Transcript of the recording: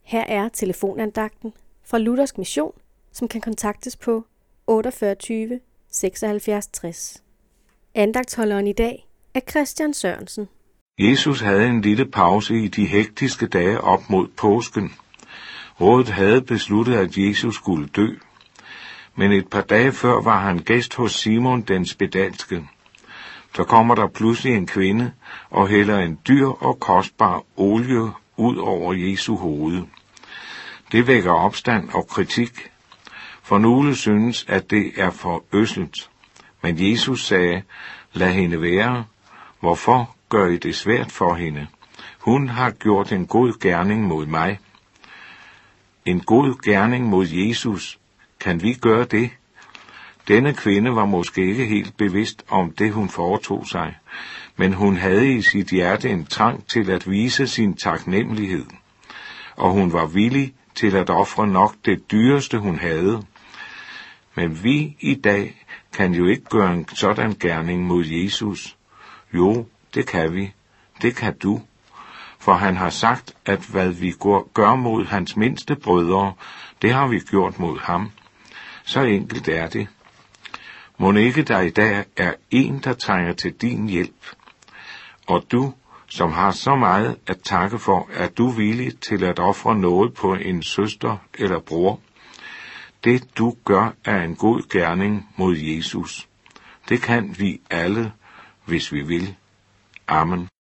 Her er telefonandagten fra Luthersk Mission, som kan kontaktes på 48 76 60. Andagtholderen i dag er Christian Sørensen. Jesus havde en lille pause i de hektiske dage op mod påsken. Rådet havde besluttet, at Jesus skulle dø. Men et par dage før var han gæst hos Simon den spedalske. Så kommer der pludselig en kvinde og hælder en dyr og kostbar olie ud over Jesu hoved. Det vækker opstand og kritik, for nogle synes, at det er for ødselt. Men Jesus sagde, lad hende være. Hvorfor gør I det svært for hende? Hun har gjort en god gerning mod mig. En god gerning mod Jesus. Kan vi gøre det? Denne kvinde var måske ikke helt bevidst om det, hun foretog sig, men hun havde i sit hjerte en trang til at vise sin taknemmelighed, og hun var villig til at ofre nok det dyreste, hun havde. Men vi i dag kan jo ikke gøre en sådan gerning mod Jesus. Jo, det kan vi. Det kan du. For han har sagt, at hvad vi gør mod hans mindste brødre, det har vi gjort mod ham. Så enkelt er det. Mon ikke der i dag er en, der trænger til din hjælp. Og du, som har så meget at takke for, er du villig til at ofre noget på en søster eller bror. Det du gør er en god gerning mod Jesus. Det kan vi alle, hvis vi vil. Amen.